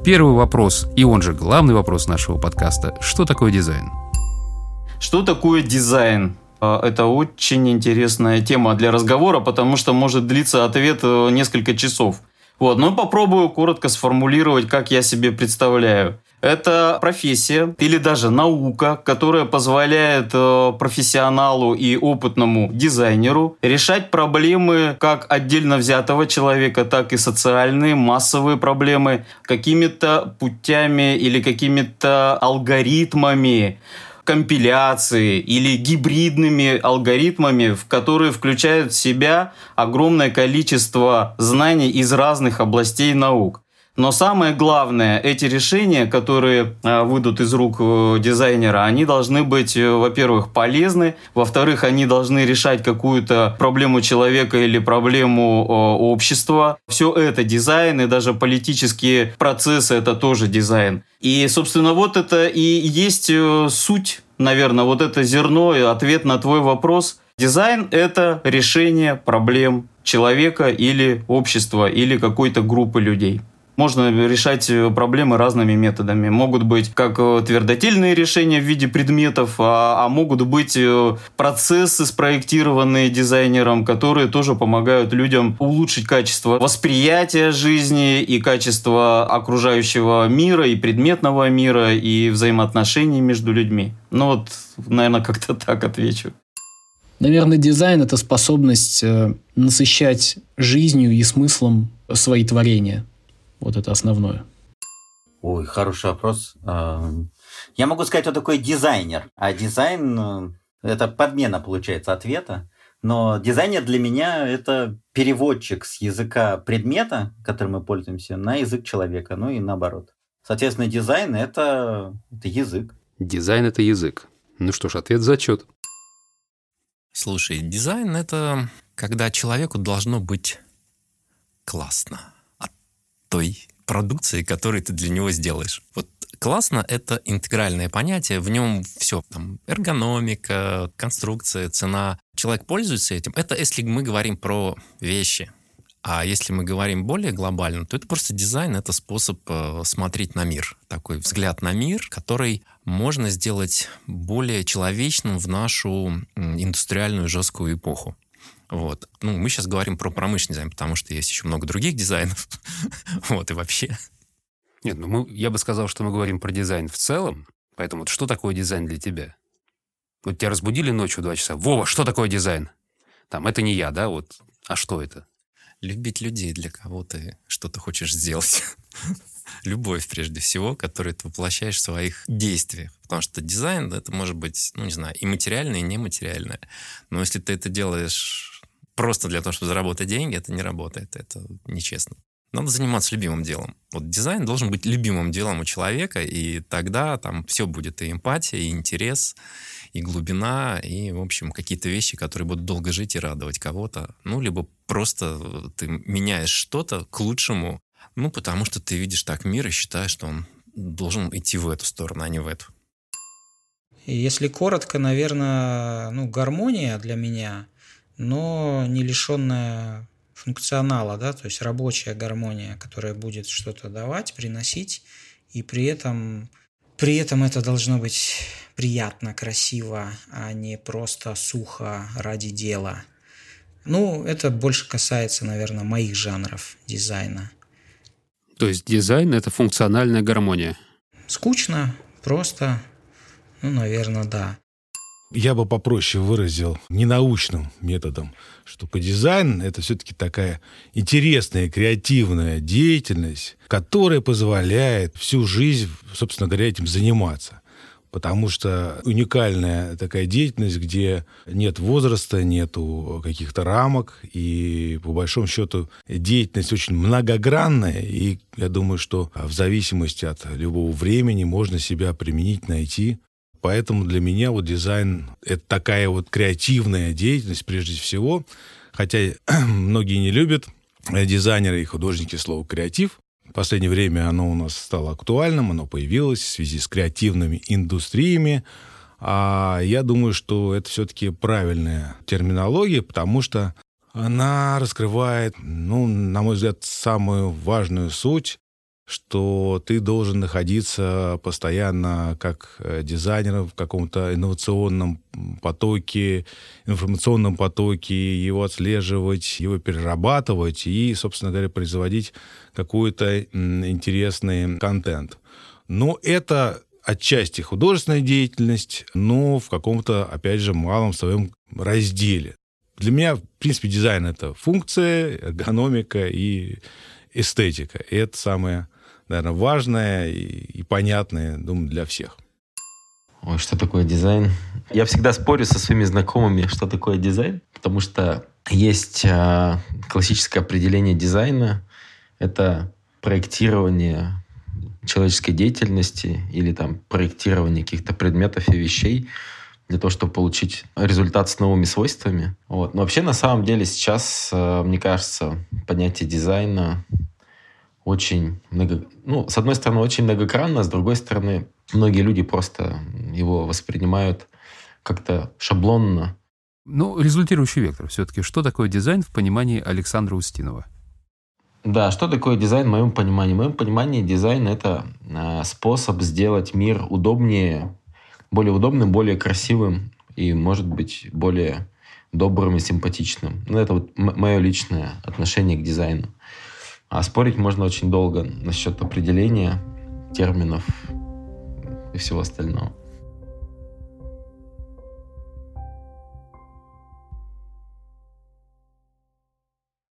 Первый вопрос, и он же главный вопрос нашего подкаста. Что такое дизайн? Что такое дизайн? Это очень интересная тема для разговора, потому что может длиться ответ несколько часов. Но попробую коротко сформулировать, как я себе представляю. Это профессия или даже наука, которая позволяет профессионалу и опытному дизайнеру решать проблемы как отдельно взятого человека, так и социальные, массовые проблемы какими-то путями или какими-то алгоритмами, компиляции или гибридными алгоритмами, в которые включают в себя огромное количество знаний из разных областей наук. Но самое главное, эти решения, которые выйдут из рук дизайнера, они должны быть, во-первых, полезны, во-вторых, они должны решать какую-то проблему человека или проблему общества. Все это дизайн, и даже политические процессы – это тоже дизайн. И, собственно, вот это и есть суть, наверное, вот это зерно и ответ на твой вопрос. Дизайн – это решение проблем человека или общества, или какой-то группы людей. Можно решать проблемы разными методами. Могут быть как твердотельные решения в виде предметов, а могут быть процессы, спроектированные дизайнером, которые тоже помогают людям улучшить качество восприятия жизни и качество окружающего мира, и предметного мира, и взаимоотношений между людьми. Наверное, как-то так отвечу. Наверное, дизайн – это способность насыщать жизнью и смыслом свои творения. Вот это основное. Ой, хороший вопрос. Я могу сказать, кто такой дизайнер. А дизайн – это подмена, получается, ответа. Но дизайнер для меня – это переводчик с языка предмета, которым мы пользуемся, на язык человека, и наоборот. Соответственно, дизайн – это язык. Дизайн – это язык. Ну что ж, ответ зачет. Слушай, дизайн – это когда человеку должно быть классно той продукции, которую ты для него сделаешь. Классно – это интегральное понятие, в нем все, эргономика, конструкция, цена. Человек пользуется этим. Это если мы говорим про вещи. А если мы говорим более глобально, то это просто дизайн, это способ смотреть на мир. Такой взгляд на мир, который можно сделать более человечным в нашу индустриальную жесткую эпоху. Мы сейчас говорим про промышленный дизайн, потому что есть еще много других дизайнов. И вообще. Нет, я бы сказал, что мы говорим про дизайн в целом. Поэтому что такое дизайн для тебя? Тебя разбудили ночью в 2 часа. Вова, что такое дизайн? Это не я, да? А что это? Любить людей, для кого ты что-то хочешь сделать. Любовь, прежде всего, которую ты воплощаешь в своих действиях. Потому что дизайн, это может быть, и материальное, и нематериальное. Но если ты это делаешь просто для того, чтобы заработать деньги, это не работает, это нечестно. Надо заниматься любимым делом. Дизайн должен быть любимым делом у человека, и тогда там все будет: и эмпатия, и интерес, и глубина, и, в общем, какие-то вещи, которые будут долго жить и радовать кого-то. Либо просто ты меняешь что-то к лучшему, потому что ты видишь так мир и считаешь, что он должен идти в эту сторону, а не в эту. Если коротко, наверное, гармония для меня, но не лишенная функционала, то есть рабочая гармония, которая будет что-то давать, приносить, и при этом это должно быть приятно, красиво, а не просто сухо ради дела. Это больше касается, наверное, моих жанров дизайна. То есть дизайн – это функциональная гармония? Скучно, просто, наверное, да. Я бы попроще выразил ненаучным методом, что дизайн – это все-таки такая интересная, креативная деятельность, которая позволяет всю жизнь, собственно говоря, этим заниматься. Потому что уникальная такая деятельность, где нет возраста, нету каких-то рамок, и, по большому счету, деятельность очень многогранная, и я думаю, что в зависимости от любого времени можно себя применить, найти. Поэтому для меня дизайн – это такая креативная деятельность прежде всего, хотя многие не любят дизайнеры и художники слово «креатив». В последнее время оно у нас стало актуальным, оно появилось в связи с креативными индустриями. А я думаю, что это все-таки правильная терминология, потому что она раскрывает, на мой взгляд, самую важную суть, что ты должен находиться постоянно как дизайнер в каком-то инновационном потоке, информационном потоке, его отслеживать, его перерабатывать и, собственно говоря, производить какой-то интересный контент. Но это отчасти художественная деятельность, но в каком-то, опять же, малом своем разделе. Для меня, в принципе, дизайн — это функция, эргономика и эстетика. И это самое, наверное, важное и понятное, думаю, для всех. Ой, что такое дизайн? Я всегда спорю со своими знакомыми, что такое дизайн, потому что есть классическое определение дизайна. Это проектирование человеческой деятельности или там проектирование каких-то предметов и вещей для того, чтобы получить результат с новыми свойствами. Вот. Но вообще, на самом деле, сейчас, мне кажется, понятие дизайна очень с одной стороны, очень многогранно, а с другой стороны, многие люди просто его воспринимают как-то шаблонно. Ну, результирующий вектор все-таки. Что такое дизайн в понимании Александра Устинова? Да, что такое дизайн в моем понимании? В моем понимании дизайн — это способ сделать мир удобнее, более удобным, более красивым и, может быть, более добрым и симпатичным. Это вот мое личное отношение к дизайну. А спорить можно очень долго насчет определения терминов и всего остального.